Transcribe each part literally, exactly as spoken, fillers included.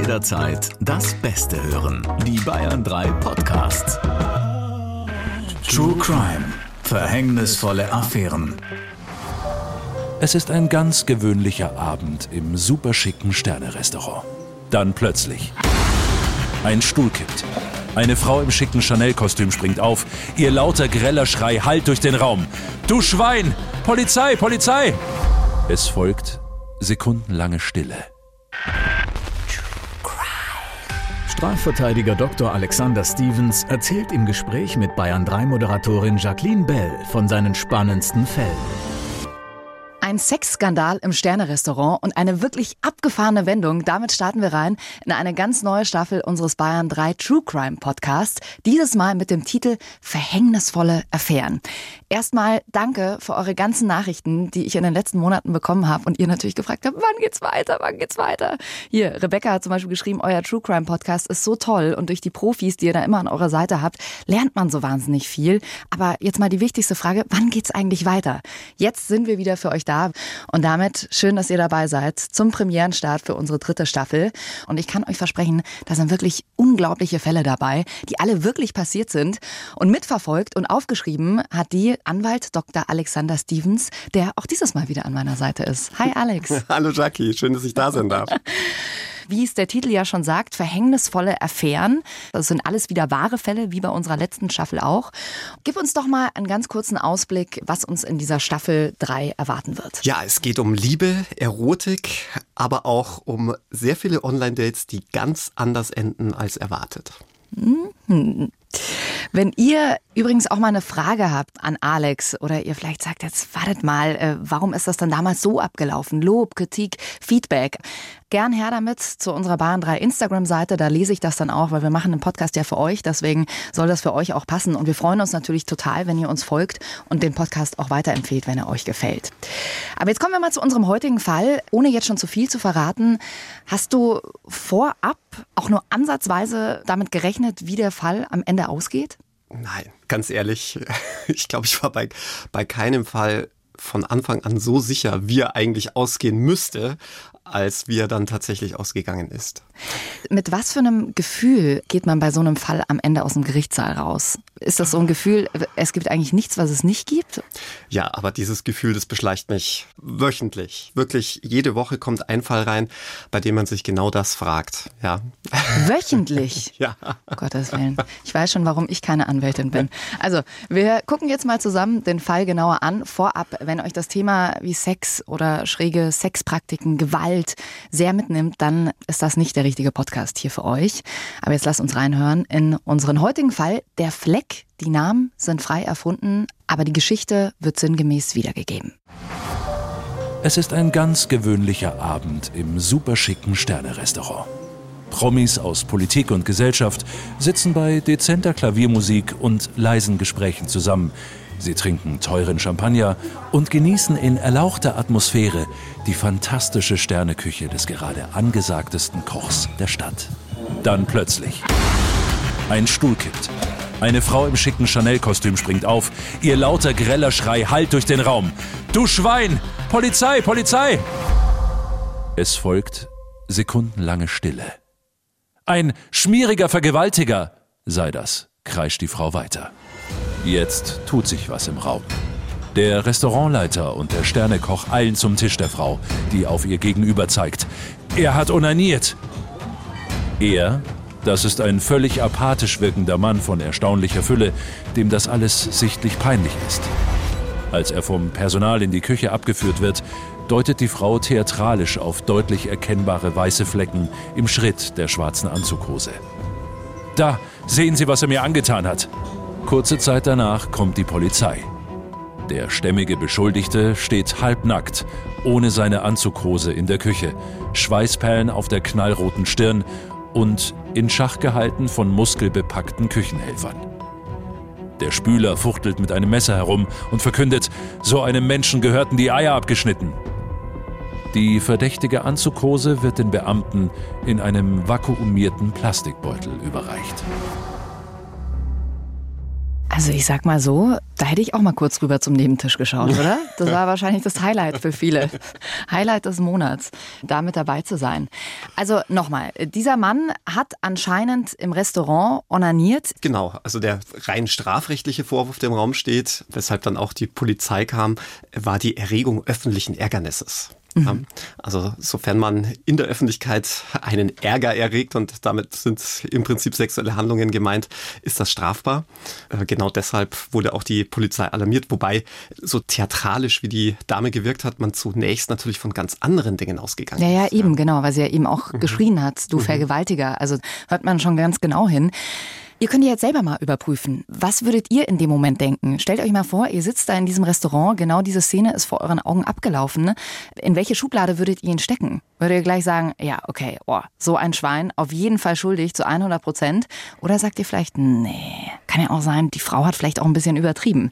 jederzeit das Beste hören. Die Bayern drei Podcasts. True Crime. Verhängnisvolle Affären. Es ist ein ganz gewöhnlicher Abend im superschicken Sterne-Restaurant. Dann plötzlich. Ein Stuhl kippt. Eine Frau im schicken Chanel-Kostüm springt auf. Ihr lauter, greller Schrei hallt durch den Raum. »Du Schwein! Polizei! Polizei!« Es folgt sekundenlange Stille. Strafverteidiger Doktor Alexander Stevens erzählt im Gespräch mit Bayern drei Moderatorin Jacqueline Bell von seinen spannendsten Fällen. Ein Sexskandal im Sterne-Restaurant und eine wirklich abgefahrene Wendung. Damit starten wir rein in eine ganz neue Staffel unseres Bayern drei True Crime Podcasts. Dieses Mal mit dem Titel Verhängnisvolle Affären. Erstmal danke für eure ganzen Nachrichten, die ich in den letzten Monaten bekommen habe und ihr natürlich gefragt habt, wann geht's weiter, wann geht's weiter? Hier, Rebecca hat zum Beispiel geschrieben, euer True Crime Podcast ist so toll und durch die Profis, die ihr da immer an eurer Seite habt, lernt man so wahnsinnig viel. Aber jetzt mal die wichtigste Frage, wann geht's eigentlich weiter? Jetzt sind wir wieder für euch da. Und damit schön, dass ihr dabei seid zum Premierenstart für unsere dritte Staffel. Und ich kann euch versprechen, da sind wirklich unglaubliche Fälle dabei, die alle wirklich passiert sind. Und mitverfolgt und aufgeschrieben hat die Anwalt Doktor Alexander Stevens, der auch dieses Mal wieder an meiner Seite ist. Hi Alex. Hallo Jackie, schön, dass ich da sein darf. Wie es der Titel ja schon sagt, verhängnisvolle Affären. Das sind alles wieder wahre Fälle, wie bei unserer letzten Staffel auch. Gib uns doch mal einen ganz kurzen Ausblick, was uns in dieser Staffel drei erwarten wird. Ja, es geht um Liebe, Erotik, aber auch um sehr viele Online-Dates, die ganz anders enden als erwartet. Mhm. Wenn ihr übrigens auch mal eine Frage habt an Alex oder ihr vielleicht sagt, jetzt wartet mal, äh, warum ist das dann damals so abgelaufen? Lob, Kritik, Feedback. Gern her damit zu unserer Bayern drei Instagram-Seite, da lese ich das dann auch, weil wir machen den Podcast ja für euch, deswegen soll das für euch auch passen und wir freuen uns natürlich total, wenn ihr uns folgt und den Podcast auch weiterempfehlt, wenn er euch gefällt. Aber jetzt kommen wir mal zu unserem heutigen Fall, ohne jetzt schon zu viel zu verraten. Hast du vorab auch nur ansatzweise damit gerechnet, wie der Fall am Ende ausgeht? Nein, ganz ehrlich, ich glaube, ich war bei, bei keinem Fall von Anfang an so sicher, wie er eigentlich ausgehen müsste, als wie er dann tatsächlich ausgegangen ist. Mit was für einem Gefühl geht man bei so einem Fall am Ende aus dem Gerichtssaal raus? Ist das so ein Gefühl, es gibt eigentlich nichts, was es nicht gibt? Ja, aber dieses Gefühl, das beschleicht mich wöchentlich. Wirklich, jede Woche kommt ein Fall rein, bei dem man sich genau das fragt. Ja. Wöchentlich? Ja. Um Gottes Willen. Ich weiß schon, warum ich keine Anwältin bin. Also, wir gucken jetzt mal zusammen den Fall genauer an. Vorab, wenn euch das Thema wie Sex oder schräge Sexpraktiken, Gewalt sehr mitnimmt, dann ist das nicht der richtige Podcast hier für euch. Aber jetzt lasst uns reinhören in unseren heutigen Fall, der Fleck. Die Namen sind frei erfunden, aber die Geschichte wird sinngemäß wiedergegeben. Es ist ein ganz gewöhnlicher Abend im superschicken Sterne-Restaurant. Promis aus Politik und Gesellschaft sitzen bei dezenter Klaviermusik und leisen Gesprächen zusammen. Sie trinken teuren Champagner und genießen in erlauchter Atmosphäre die fantastische Sterneküche des gerade angesagtesten Kochs der Stadt. Dann plötzlich. Ein Stuhl kippt. Eine Frau im schicken Chanel-Kostüm springt auf. Ihr lauter, greller Schrei hallt durch den Raum. »Du Schwein! Polizei! Polizei!« Es folgt sekundenlange Stille. »Ein schmieriger Vergewaltiger sei das«, kreischt die Frau weiter. Jetzt tut sich was im Raum. Der Restaurantleiter und der Sternekoch eilen zum Tisch der Frau, die auf ihr Gegenüber zeigt. Er hat onaniert. Er, das ist ein völlig apathisch wirkender Mann von erstaunlicher Fülle, dem das alles sichtlich peinlich ist. Als er vom Personal in die Küche abgeführt wird, deutet die Frau theatralisch auf deutlich erkennbare weiße Flecken im Schritt der schwarzen Anzughose. »Da, sehen Sie, was er mir angetan hat!« Kurze Zeit danach kommt die Polizei. Der stämmige Beschuldigte steht halbnackt, ohne seine Anzughose in der Küche, Schweißperlen auf der knallroten Stirn und in Schach gehalten von muskelbepackten Küchenhelfern. Der Spüler fuchtelt mit einem Messer herum und verkündet, so einem Menschen gehörten die Eier abgeschnitten. Die verdächtige Anzughose wird den Beamten in einem vakuumierten Plastikbeutel überreicht. Also ich sag mal so, da hätte ich auch mal kurz rüber zum Nebentisch geschaut, oder? Das war wahrscheinlich das Highlight für viele. Highlight des Monats, da mit dabei zu sein. Also nochmal, dieser Mann hat anscheinend im Restaurant onaniert. Genau, also der rein strafrechtliche Vorwurf, der im Raum steht, weshalb dann auch die Polizei kam, war die Erregung öffentlichen Ärgernisses. Mhm. Also sofern man in der Öffentlichkeit einen Ärger erregt und damit sind im Prinzip sexuelle Handlungen gemeint, ist das strafbar. Genau deshalb wurde auch die Polizei alarmiert, wobei so theatralisch wie die Dame gewirkt hat, man zunächst natürlich von ganz anderen Dingen ausgegangen ja, ist. Ja, ja, eben, genau, weil sie ja eben auch mhm. geschrien hat, du mhm. Vergewaltiger. Also hört man schon ganz genau hin. Ihr könnt ja jetzt selber mal überprüfen. Was würdet ihr in dem Moment denken? Stellt euch mal vor, ihr sitzt da in diesem Restaurant, genau diese Szene ist vor euren Augen abgelaufen. In welche Schublade würdet ihr ihn stecken? Würdet ihr gleich sagen, ja, okay, oh, so ein Schwein, auf jeden Fall schuldig zu hundert Prozent? Oder sagt ihr vielleicht, nee, kann ja auch sein, die Frau hat vielleicht auch ein bisschen übertrieben.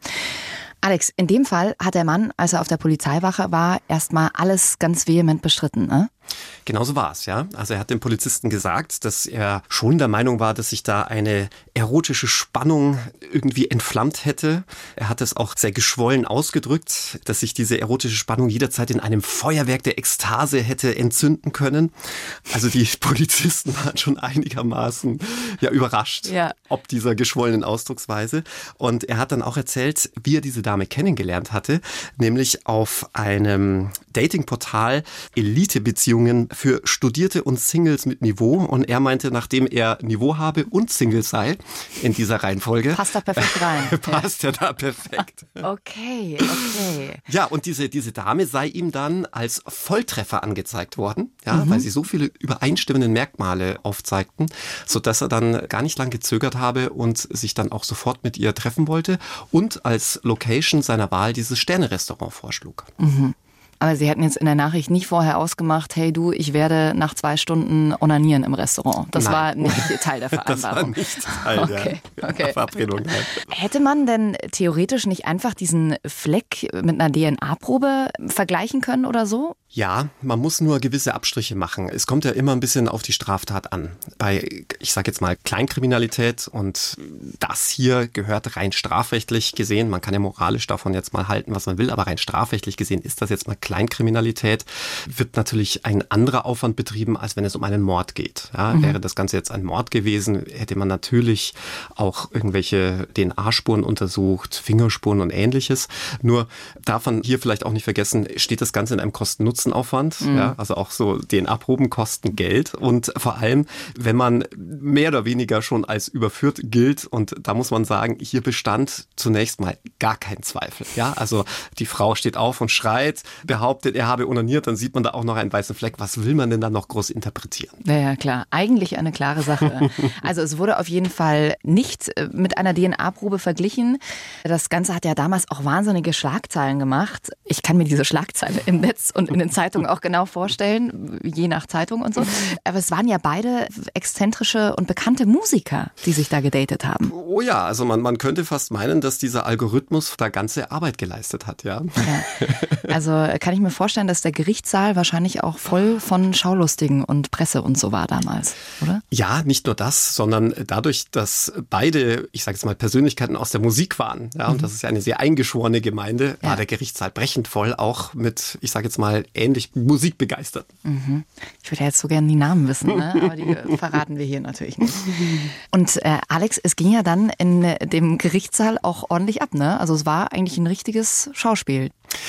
Alex, in dem Fall hat der Mann, als er auf der Polizeiwache war, erstmal alles ganz vehement bestritten, ne? Genau so war es, ja. Also er hat dem Polizisten gesagt, dass er schon der Meinung war, dass sich da eine erotische Spannung irgendwie entflammt hätte. Er hat es auch sehr geschwollen ausgedrückt, dass sich diese erotische Spannung jederzeit in einem Feuerwerk der Ekstase hätte entzünden können. Also die Polizisten waren schon einigermaßen ja, überrascht, ja. ob dieser geschwollenen Ausdrucksweise. Und er hat dann auch erzählt, wie er diese Dame kennengelernt hatte, nämlich auf einem Datingportal Elite-Beziehungen für Studierte und Singles mit Niveau. Und er meinte, nachdem er Niveau habe und Single sei, in dieser Reihenfolge. Passt da perfekt rein. passt er da perfekt. Okay, okay. Ja, und diese, diese Dame sei ihm dann als Volltreffer angezeigt worden, ja, mhm. weil sie so viele übereinstimmende Merkmale aufzeigten, sodass er dann gar nicht lange gezögert habe und sich dann auch sofort mit ihr treffen wollte und als Location seiner Wahl dieses Sterne-Restaurant vorschlug. Mhm. Aber Sie hatten jetzt in der Nachricht nicht vorher ausgemacht, hey du, ich werde nach zwei Stunden onanieren im Restaurant. Das Nein. war nicht Teil der Vereinbarung. Das war nicht Teil okay, der okay. Verabredung. Hätte man denn theoretisch nicht einfach diesen Fleck mit einer D N A-Probe vergleichen können oder so? Ja, man muss nur gewisse Abstriche machen. Es kommt ja immer ein bisschen auf die Straftat an. Bei, ich sage jetzt mal, Kleinkriminalität und das hier gehört rein strafrechtlich gesehen, man kann ja moralisch davon jetzt mal halten, was man will, aber rein strafrechtlich gesehen ist das jetzt mal Kleinkriminalität, wird natürlich ein anderer Aufwand betrieben, als wenn es um einen Mord geht. Ja, mhm. Wäre das Ganze jetzt ein Mord gewesen, hätte man natürlich auch irgendwelche D N A-Spuren untersucht, Fingerspuren und ähnliches. Nur darf man hier vielleicht auch nicht vergessen, steht das Ganze in einem Kosten-Nutzen-Aufwand. Mhm. Ja, also auch so D N A-Proben kosten Geld und vor allem, wenn man mehr oder weniger schon als überführt gilt und da muss man sagen, hier bestand zunächst mal gar kein Zweifel. Ja, also die Frau steht auf und schreit, behauptet, er habe onaniert, dann sieht man da auch noch einen weißen Fleck. Was will man denn dann noch groß interpretieren? Ja, ja, klar. Eigentlich eine klare Sache. Also es wurde auf jeden Fall nicht mit einer D N A-Probe verglichen. Das Ganze hat ja damals auch wahnsinnige Schlagzeilen gemacht. Ich kann mir diese Schlagzeile im Netz und in den Zeitungen auch genau vorstellen, je nach Zeitung und so. Aber es waren ja beide exzentrische und bekannte Musiker, die sich da gedatet haben. Oh ja, also man, man könnte fast meinen, dass dieser Algorithmus da ganze Arbeit geleistet hat, ja. ja. Also kann ich mir vorstellen, dass der Gerichtssaal wahrscheinlich auch voll von Schaulustigen und Presse und so war damals, oder? Ja, nicht nur das, sondern dadurch, dass beide, ich sage jetzt mal, Persönlichkeiten aus der Musik waren, ja, mhm. und das ist ja eine sehr eingeschworene Gemeinde, ja. war der Gerichtssaal brechend voll, auch mit, ich sage jetzt mal, ähnlich Musikbegeisterten. Mhm. Ich würde ja jetzt so gerne die Namen wissen, ne? Aber die verraten wir hier natürlich nicht. Und äh, Alex, es ging ja dann in dem Gerichtssaal auch ordentlich ab, ne? Also es war eigentlich ein richtiges Schauspiel.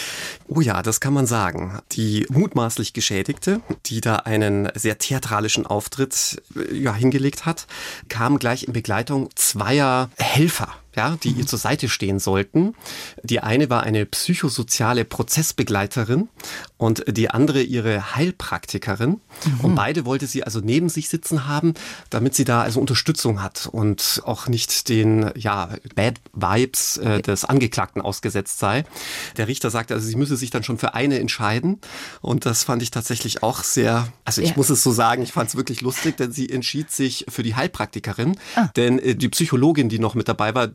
Oh ja, das kann man sagen. Die mutmaßlich Geschädigte, die da einen sehr theatralischen Auftritt ja, hingelegt hat, kam gleich in Begleitung zweier Helfer, ja, die ihr zur Seite stehen sollten. Die eine war eine psychosoziale Prozessbegleiterin und die andere ihre Heilpraktikerin. Mhm. Und beide wollte sie also neben sich sitzen haben, damit sie da also Unterstützung hat und auch nicht den ja, Bad Vibes äh, des Angeklagten ausgesetzt sei. Der Richter sagte, also sie müsse sich dann schon für eine entscheiden. Und das fand ich tatsächlich auch sehr, also ich ja. muss es so sagen, ich fand es wirklich lustig, denn sie entschied sich für die Heilpraktikerin. Ah. Denn äh, die Psychologin, die noch mit dabei war, die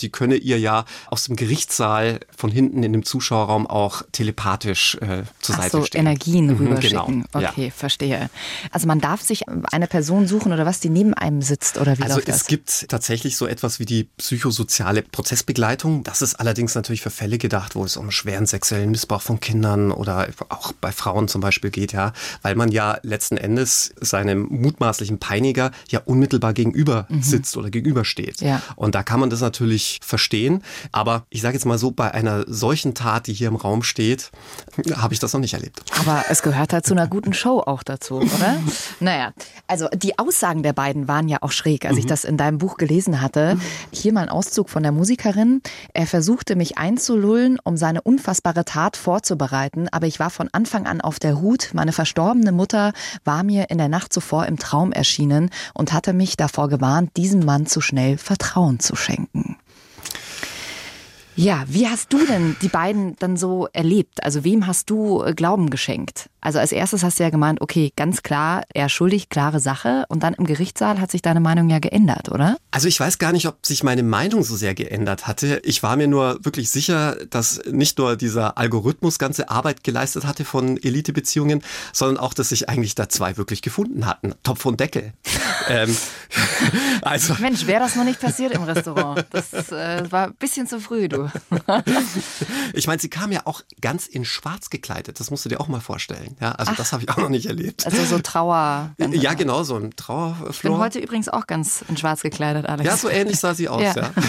die könne ihr ja aus dem Gerichtssaal von hinten in dem Zuschauerraum auch telepathisch äh, zur Ach Seite so, stehen. Energien Mhm, rüberschicken. genau. Okay, Ja. verstehe. Also man darf sich eine Person suchen oder was, die neben einem sitzt oder wie Also läuft das? es gibt tatsächlich so etwas wie die psychosoziale Prozessbegleitung. Das ist allerdings natürlich für Fälle gedacht, wo es um schweren sexuellen Missbrauch von Kindern oder auch bei Frauen zum Beispiel geht, ja, weil man ja letzten Endes seinem mutmaßlichen Peiniger ja unmittelbar gegenüber mhm. sitzt oder gegenübersteht. Ja. Und da kann man das natürlich verstehen. Aber ich sage jetzt mal so, bei einer solchen Tat, die hier im Raum steht, habe ich das noch nicht erlebt. Aber es gehört halt zu einer guten Show auch dazu, oder? Naja, also die Aussagen der beiden waren ja auch schräg, als mhm. ich das in deinem Buch gelesen hatte. Hier mal ein Auszug von der Musikerin. Er versuchte mich einzulullen, um seine unfassbare Tat vorzubereiten, aber ich war von Anfang an auf der Hut. Meine verstorbene Mutter war mir in der Nacht zuvor im Traum erschienen und hatte mich davor gewarnt, diesem Mann zu schnell Vertrauen zu schenken. Ja, wie hast du denn die beiden dann so erlebt? Also wem hast du Glauben geschenkt? Also als erstes hast du ja gemeint, okay, ganz klar, er schuldig, klare Sache. Und dann im Gerichtssaal hat sich deine Meinung ja geändert, oder? Also ich weiß gar nicht, ob sich meine Meinung so sehr geändert hatte. Ich war mir nur wirklich sicher, dass nicht nur dieser Algorithmus ganze Arbeit geleistet hatte von Elitebeziehungen, sondern auch, dass sich eigentlich da zwei wirklich gefunden hatten. Topf und Deckel. ähm, also Mensch, wäre das noch nicht passiert im Restaurant? Das äh, war ein bisschen zu früh, du. Ich meine, sie kam ja auch ganz in schwarz gekleidet. Das musst du dir auch mal vorstellen. Ja, also Ach, das habe ich auch noch nicht erlebt. Also so Trauer. Ja, genau, so ein Trauerflor. Ich bin heute übrigens auch ganz in schwarz gekleidet, Alex. Ja, so ähnlich sah sie aus, ja. ja.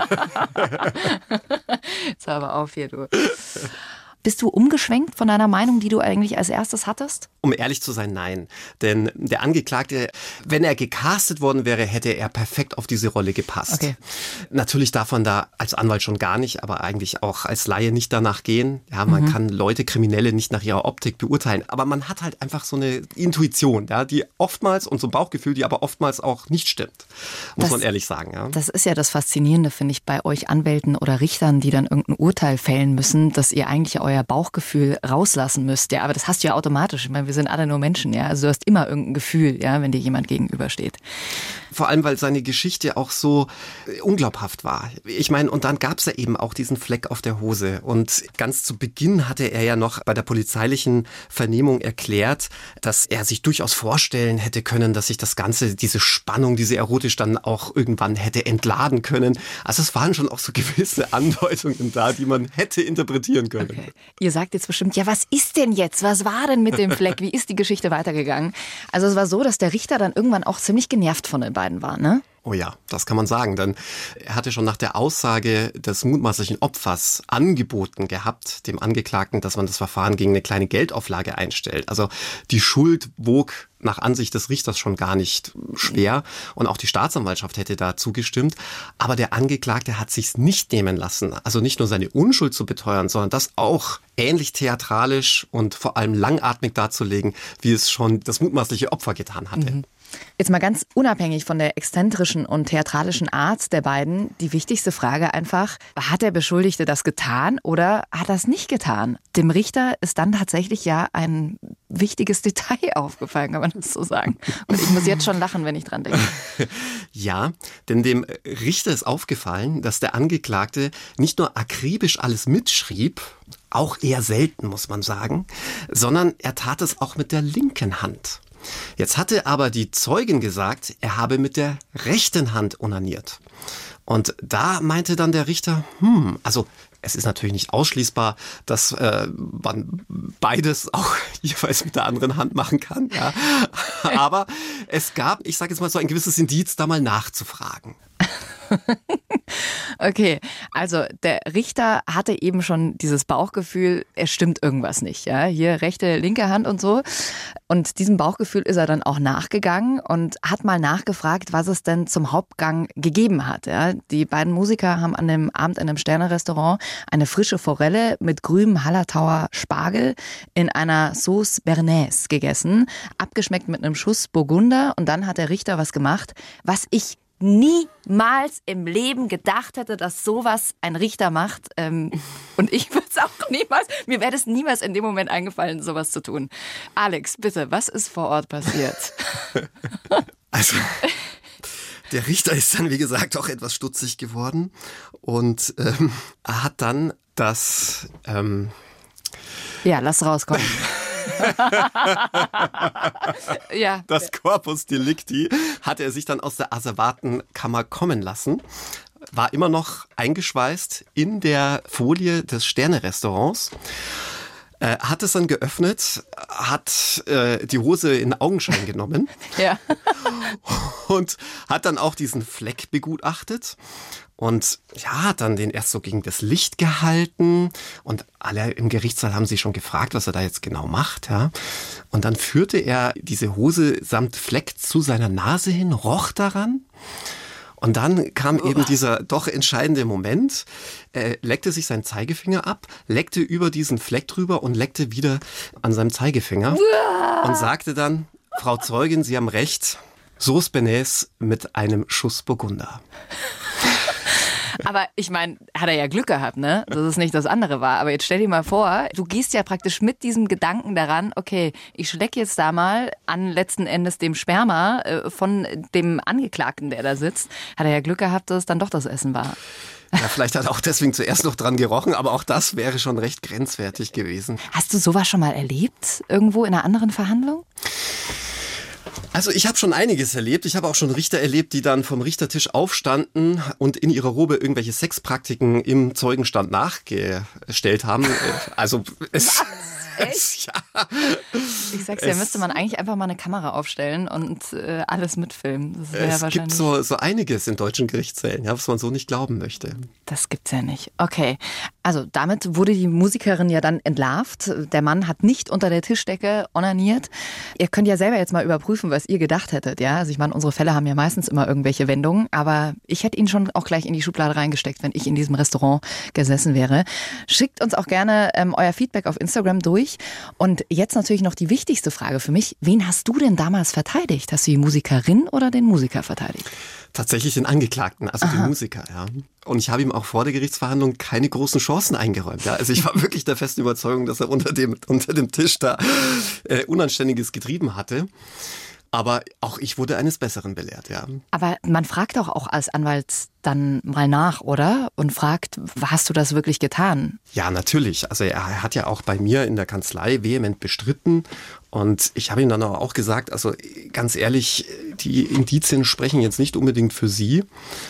Jetzt hör aber auf hier, du. Bist du umgeschwenkt von deiner Meinung, die du eigentlich als erstes hattest? Um ehrlich zu sein, nein. Denn der Angeklagte, wenn er gecastet worden wäre, hätte er perfekt auf diese Rolle gepasst. Okay. Natürlich darf man da als Anwalt schon gar nicht, aber eigentlich auch als Laie nicht danach gehen. Ja, man mhm. kann Leute, Kriminelle nicht nach ihrer Optik beurteilen. Aber man hat halt einfach so eine Intuition, ja, die oftmals, und so ein Bauchgefühl, die aber oftmals auch nicht stimmt. Muss das, man ehrlich sagen. Ja. Das ist ja das Faszinierende, finde ich, bei euch Anwälten oder Richtern, die dann irgendein Urteil fällen müssen, dass ihr eigentlich euer Bauchgefühl rauslassen müsst. Ja, aber das hast du ja automatisch. Ich meine, wir sind alle nur Menschen, ja. Also du hast immer irgendein Gefühl, ja, wenn dir jemand gegenübersteht. Vor allem, weil seine Geschichte auch so unglaubhaft war. Ich meine, und dann gab es ja eben auch diesen Fleck auf der Hose. Und ganz zu Beginn hatte er ja noch bei der polizeilichen Vernehmung erklärt, dass er sich durchaus vorstellen hätte können, dass sich das Ganze, diese Spannung, diese Erotik dann auch irgendwann hätte entladen können. Also es waren schon auch so gewisse Andeutungen da, die man hätte interpretieren können. Okay. Ihr sagt jetzt bestimmt, ja, was ist denn jetzt? Was war denn mit dem Fleck? Wie ist die Geschichte weitergegangen? Also es war so, dass der Richter dann irgendwann auch ziemlich genervt von den beiden war, ne? Oh ja, das kann man sagen, denn er hatte schon nach der Aussage des mutmaßlichen Opfers angeboten gehabt, dem Angeklagten, dass man das Verfahren gegen eine kleine Geldauflage einstellt. Also die Schuld wog nach Ansicht des Richters schon gar nicht schwer und auch die Staatsanwaltschaft hätte da zugestimmt. Aber der Angeklagte hat sich's nicht nehmen lassen, also nicht nur seine Unschuld zu beteuern, sondern das auch ähnlich theatralisch und vor allem langatmig darzulegen, wie es schon das mutmaßliche Opfer getan hatte. Mhm. Jetzt mal ganz unabhängig von der exzentrischen und theatralischen Art der beiden, die wichtigste Frage einfach, hat der Beschuldigte das getan oder hat er es nicht getan? Dem Richter ist dann tatsächlich ja ein wichtiges Detail aufgefallen, kann man das so sagen. Und ich muss jetzt schon lachen, wenn ich dran denke. Ja, denn dem Richter ist aufgefallen, dass der Angeklagte nicht nur akribisch alles mitschrieb, auch eher selten, muss man sagen, sondern er tat es auch mit der linken Hand. Jetzt hatte aber die Zeugin gesagt, er habe mit der rechten Hand onaniert. Und da meinte dann der Richter, hm, also es ist natürlich nicht ausschließbar, dass äh, man beides auch jeweils mit der anderen Hand machen kann. Ja. Aber es gab, ich sage jetzt mal so ein gewisses Indiz, da mal nachzufragen. Okay, also der Richter hatte eben schon dieses Bauchgefühl, es stimmt irgendwas nicht. Ja? Hier rechte, linke Hand und so. Und diesem Bauchgefühl ist er dann auch nachgegangen und hat mal nachgefragt, was es denn zum Hauptgang gegeben hat. Ja? Die beiden Musiker haben an dem Abend in einem Sterne-Restaurant eine frische Forelle mit grünem Hallertauer Spargel in einer Sauce Bernaise gegessen, abgeschmeckt mit einem Schuss Burgunder. Und dann hat der Richter was gemacht, was ich niemals im Leben gedacht hätte, dass sowas ein Richter macht. Ähm, und ich würde es auch niemals, mir wäre es niemals in dem Moment eingefallen, sowas zu tun. Alex, bitte, was ist vor Ort passiert? Also, Der Richter ist dann, wie gesagt, auch etwas stutzig geworden und ähm, er hat dann das... Ähm, ja, lass rauskommen. ja. Das Corpus Delicti hat er sich dann aus der Asservatenkammer kommen lassen. War immer noch eingeschweißt in der Folie des Sterne-Restaurants. Äh, hat es dann geöffnet, hat äh, die Hose in Augenschein genommen ja. und hat dann auch diesen Fleck begutachtet und ja, hat dann den erst so gegen das Licht gehalten und alle im Gerichtssaal haben sich schon gefragt, was er da jetzt genau macht. Ja. Und dann führte er diese Hose samt Fleck zu seiner Nase hin, roch daran. Und dann kam eben dieser doch entscheidende Moment. Er leckte sich seinen Zeigefinger ab, leckte über diesen Fleck drüber und leckte wieder an seinem Zeigefinger und sagte dann, Frau Zeugin, Sie haben recht, Sauce Bearnaise mit einem Schuss Burgunder. Aber ich meine, hat er ja Glück gehabt, ne? Dass es nicht das andere war. Aber jetzt stell dir mal vor, du gehst ja praktisch mit diesem Gedanken daran, okay, ich schlecke jetzt da mal an letzten Endes dem Sperma äh, von dem Angeklagten, der da sitzt. Hat er ja Glück gehabt, dass es dann doch das Essen war. Ja, vielleicht hat er auch deswegen zuerst noch dran gerochen, aber auch das wäre schon recht grenzwertig gewesen. Hast du sowas schon mal erlebt? Irgendwo in einer anderen Verhandlung? Also ich habe schon einiges erlebt. Ich habe auch schon Richter erlebt, die dann vom Richtertisch aufstanden und in ihrer Robe irgendwelche Sexpraktiken im Zeugenstand nachgestellt haben. Also es... Echt? Ja. Ich sag's dir, müsste man eigentlich einfach mal eine Kamera aufstellen und äh, alles mitfilmen. Das wäre es wahrscheinlich... gibt so, so einiges in deutschen Gerichtssälen, ja, was man so nicht glauben möchte. Das gibt's ja nicht. Okay, also damit wurde die Musikerin ja dann entlarvt. Der Mann hat nicht unter der Tischdecke onaniert. Ihr könnt ja selber jetzt mal überprüfen, was ihr gedacht hättet. Ja, also ich meine, unsere Fälle haben ja meistens immer irgendwelche Wendungen, aber ich hätte ihn schon auch gleich in die Schublade reingesteckt, wenn ich in diesem Restaurant gesessen wäre. Schickt uns auch gerne ähm, euer Feedback auf Instagram durch. Und jetzt natürlich noch die wichtigste Frage für mich. Wen hast du denn damals verteidigt? Hast du die Musikerin oder den Musiker verteidigt? Tatsächlich den Angeklagten, also Aha. den Musiker, ja. Und ich habe ihm auch vor der Gerichtsverhandlung keine großen Chancen eingeräumt. Ja. Also ich war wirklich der festen Überzeugung, dass er unter dem, unter dem Tisch da äh, Unanständiges getrieben hatte. Aber auch ich wurde eines Besseren belehrt, ja. Aber man fragt doch auch als Anwalt dann mal nach, oder? Und fragt, hast du das wirklich getan? Ja, natürlich. Also er hat ja auch bei mir in der Kanzlei vehement bestritten. Und ich habe ihm dann auch gesagt, also ganz ehrlich, die Indizien sprechen jetzt nicht unbedingt für Sie.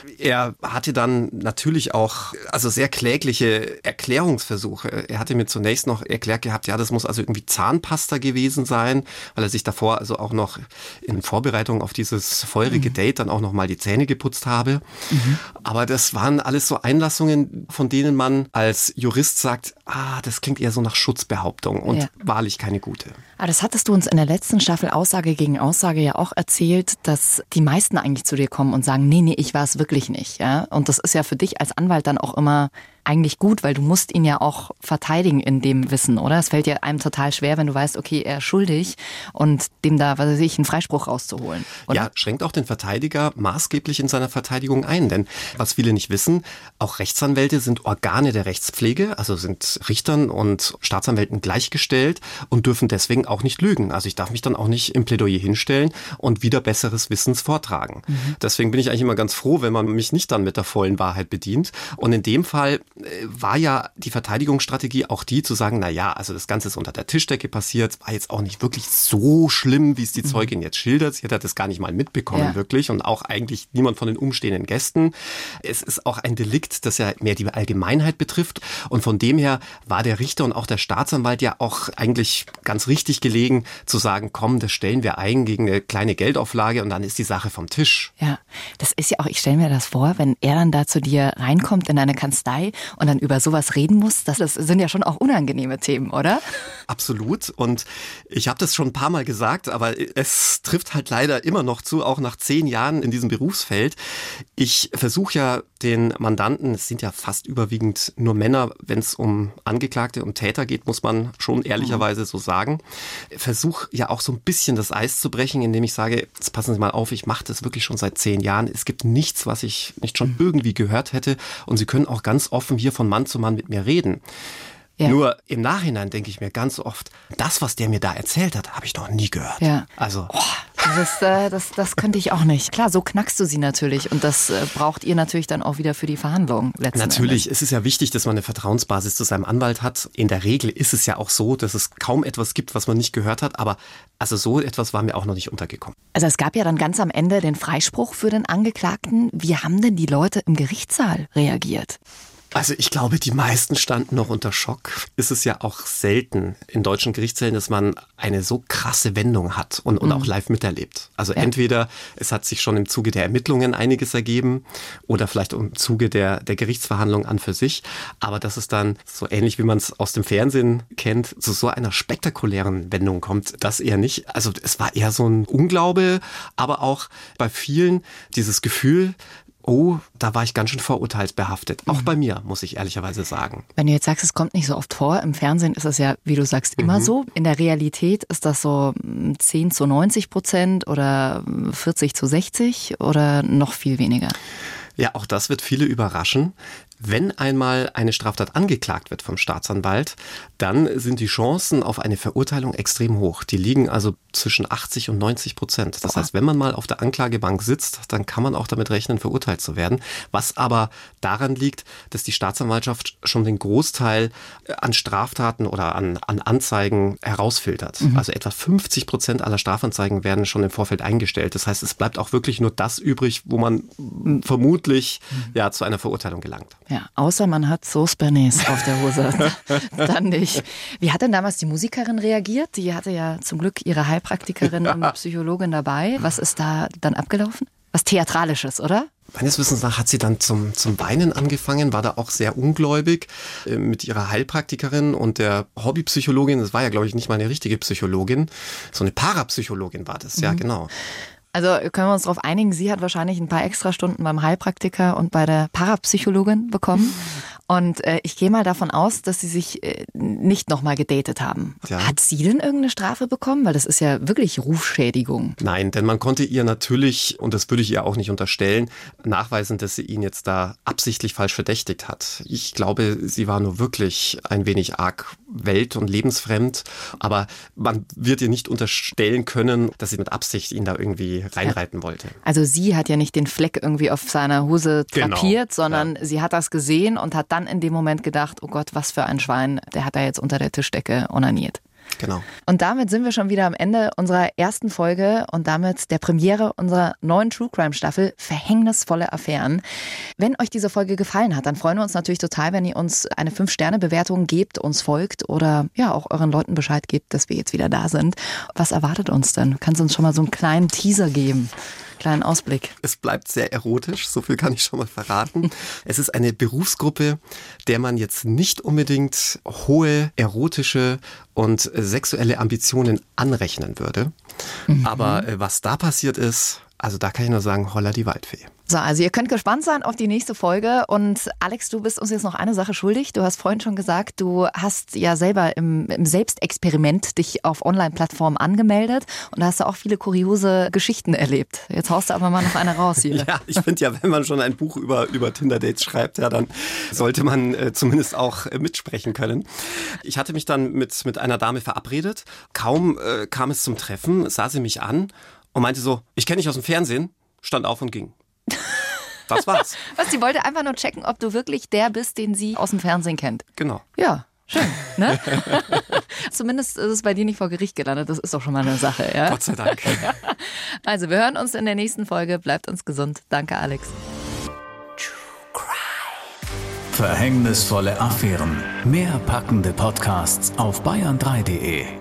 Er hatte dann natürlich auch also sehr klägliche Erklärungsversuche. Er hatte mir zunächst noch erklärt gehabt, ja, das muss also irgendwie Zahnpasta gewesen sein, weil er sich davor also auch noch in Vorbereitung auf dieses feurige mhm. Date dann auch noch mal die Zähne geputzt habe. Mhm. Aber das waren alles so Einlassungen, von denen man als Jurist sagt, ah, das klingt eher so nach Schutzbehauptung und ja. wahrlich keine gute. Aber das hattest du uns in der letzten Staffel Aussage gegen Aussage ja auch erzählt, dass die meisten eigentlich zu dir kommen und sagen, nee, nee, ich war es wirklich nicht. Ja? Und das ist ja für dich als Anwalt dann auch immer eigentlich gut, weil du musst ihn ja auch verteidigen in dem Wissen, oder? Es fällt ja einem total schwer, wenn du weißt, okay, er ist schuldig und dem da, was weiß ich, einen Freispruch rauszuholen. Oder? Ja, schränkt auch den Verteidiger maßgeblich in seiner Verteidigung ein, denn was viele nicht wissen, auch Rechtsanwälte sind Organe der Rechtspflege, also sind Richtern und Staatsanwälten gleichgestellt und dürfen deswegen auch nicht lügen. Also ich darf mich dann auch nicht im Plädoyer hinstellen und wieder besseres Wissens vortragen. Mhm. Deswegen bin ich eigentlich immer ganz froh, wenn man mich nicht dann mit der vollen Wahrheit bedient. Und in dem Fall war ja die Verteidigungsstrategie auch die, zu sagen, na ja, also das Ganze ist unter der Tischdecke passiert, war jetzt auch nicht wirklich so schlimm, wie es die Zeugin jetzt schildert. Sie hat das gar nicht mal mitbekommen, ja. wirklich, und auch eigentlich niemand von den umstehenden Gästen. Es ist auch ein Delikt, das ja mehr die Allgemeinheit betrifft, und von dem her war der Richter und auch der Staatsanwalt ja auch eigentlich ganz richtig gelegen, zu sagen, komm, das stellen wir ein gegen eine kleine Geldauflage und dann ist die Sache vom Tisch. Ja, das ist ja auch, ich stelle mir das vor, wenn er dann da zu dir reinkommt in deine Kanzlei und dann über sowas reden muss, das, das sind ja schon auch unangenehme Themen, oder? Absolut, und ich habe das schon ein paar Mal gesagt, aber es trifft halt leider immer noch zu, auch nach zehn Jahren in diesem Berufsfeld. Ich versuche ja den Mandanten, es sind ja fast überwiegend nur Männer, wenn es um Angeklagte und Täter geht, muss man schon ehrlicherweise so sagen, versuche ja auch so ein bisschen das Eis zu brechen, indem ich sage, jetzt passen Sie mal auf, ich mache das wirklich schon seit zehn Jahren. Es gibt nichts, was ich nicht schon irgendwie gehört hätte, und Sie können auch ganz offen hier von Mann zu Mann mit mir reden. Ja. Nur im Nachhinein denke ich mir ganz oft, das, was der mir da erzählt hat, habe ich noch nie gehört. Ja. Also, oh, das, äh, das, das könnte ich auch nicht. Klar, so knackst du sie natürlich und das äh, braucht ihr natürlich dann auch wieder für die Verhandlungen letzten Natürlich, Endes. es ist ja wichtig, dass man eine Vertrauensbasis zu seinem Anwalt hat. In der Regel ist es ja auch so, dass es kaum etwas gibt, was man nicht gehört hat, aber also so etwas war mir auch noch nicht untergekommen. Also es gab ja dann ganz am Ende den Freispruch für den Angeklagten. Wie haben denn die Leute im Gerichtssaal reagiert? Also ich glaube, die meisten standen noch unter Schock. Es ist ja auch selten in deutschen Gerichtssälen, dass man eine so krasse Wendung hat und, und Mhm. auch live miterlebt. Also Ja. entweder es hat sich schon im Zuge der Ermittlungen einiges ergeben oder vielleicht im Zuge der, der Gerichtsverhandlung an für sich. Aber dass es dann so ähnlich, wie man es aus dem Fernsehen kennt, zu so einer spektakulären Wendung kommt, das eher nicht. Also es war eher so ein Unglaube, aber auch bei vielen dieses Gefühl, oh, da war ich ganz schön vorurteilsbehaftet. Auch bei mir, muss ich ehrlicherweise sagen. Wenn du jetzt sagst, es kommt nicht so oft vor, im Fernsehen ist es ja, wie du sagst, immer mhm. so. In der Realität ist das so zehn zu neunzig Prozent oder vierzig zu sechzig oder noch viel weniger? Ja, auch das wird viele überraschen. Wenn einmal eine Straftat angeklagt wird vom Staatsanwalt, dann sind die Chancen auf eine Verurteilung extrem hoch. Die liegen also zwischen achtzig und neunzig Prozent. Das heißt, wenn man mal auf der Anklagebank sitzt, dann kann man auch damit rechnen, verurteilt zu werden. Was aber daran liegt, dass die Staatsanwaltschaft schon den Großteil an Straftaten oder an, an Anzeigen herausfiltert. Mhm. Also etwa fünfzig Prozent aller Strafanzeigen werden schon im Vorfeld eingestellt. Das heißt, es bleibt auch wirklich nur das übrig, wo man vermutlich mhm. ja, zu einer Verurteilung gelangt. Ja, außer man hat Sauce Bernays auf der Hose. Dann nicht. Wie hat denn damals die Musikerin reagiert? Die hatte ja zum Glück ihre Heilpraktikerin ja. und Psychologin dabei. Was ist da dann abgelaufen? Was Theatralisches, oder? Meines Wissens nach hat sie dann zum, zum Weinen angefangen, war da auch sehr ungläubig äh, mit ihrer Heilpraktikerin und der Hobbypsychologin. Das war ja, glaube ich, nicht mal eine richtige Psychologin. So eine Parapsychologin war das, mhm. ja genau. Also können wir uns darauf einigen, sie hat wahrscheinlich ein paar Extrastunden beim Heilpraktiker und bei der Parapsychologin bekommen. Und äh, ich gehe mal davon aus, dass sie sich äh, nicht nochmal gedatet haben. Ja. Hat sie denn irgendeine Strafe bekommen? Weil das ist ja wirklich Rufschädigung. Nein, denn man konnte ihr natürlich, und das würde ich ihr auch nicht unterstellen, nachweisen, dass sie ihn jetzt da absichtlich falsch verdächtigt hat. Ich glaube, sie war nur wirklich ein wenig arg welt- und lebensfremd. Aber man wird ihr nicht unterstellen können, dass sie mit Absicht ihn da irgendwie reinreiten wollte. Also sie hat ja nicht den Fleck irgendwie auf seiner Hose drapiert, genau. sondern ja. sie hat das gesehen und hat dann in dem Moment gedacht, oh Gott, was für ein Schwein, der hat da jetzt unter der Tischdecke onaniert. Genau. Und damit sind wir schon wieder am Ende unserer ersten Folge und damit der Premiere unserer neuen True Crime Staffel Verhängnisvolle Affären. Wenn euch diese Folge gefallen hat, dann freuen wir uns natürlich total, wenn ihr uns eine fünf Sterne Bewertung gebt, uns folgt oder ja auch euren Leuten Bescheid gebt, dass wir jetzt wieder da sind. Was erwartet uns denn? Kannst du uns schon mal so einen kleinen Teaser geben? Kleinen Ausblick. Es bleibt sehr erotisch, so viel kann ich schon mal verraten. Es ist eine Berufsgruppe, der man jetzt nicht unbedingt hohe erotische und sexuelle Ambitionen anrechnen würde. Mhm. Aber äh, was da passiert ist, also da kann ich nur sagen, holla die Waldfee. So, also ihr könnt gespannt sein auf die nächste Folge und Alex, du bist uns jetzt noch eine Sache schuldig. Du hast vorhin schon gesagt, du hast ja selber im, im Selbstexperiment dich auf Online-Plattformen angemeldet und da hast du auch viele kuriose Geschichten erlebt. Jetzt haust du aber mal noch eine raus hier. Ja, ich finde ja, wenn man schon ein Buch über, über Tinder-Dates schreibt, ja, dann sollte man äh, zumindest auch äh, mitsprechen können. Ich hatte mich dann mit, mit einer Dame verabredet. Kaum äh, kam es zum Treffen, sah sie mich an und meinte so, ich kenne dich aus dem Fernsehen, stand auf und ging. Das war's. Was, sie wollte einfach nur checken, ob du wirklich der bist, den sie aus dem Fernsehen kennt. Genau. Ja, schön. Ne? Zumindest ist es bei dir nicht vor Gericht gelandet. Das ist doch schon mal eine Sache. Ja? Gott sei Dank. Also, wir hören uns in der nächsten Folge. Bleibt uns gesund. Danke, Alex. Verhängnisvolle Affären. Mehr packende Podcasts auf bayern drei punkt de.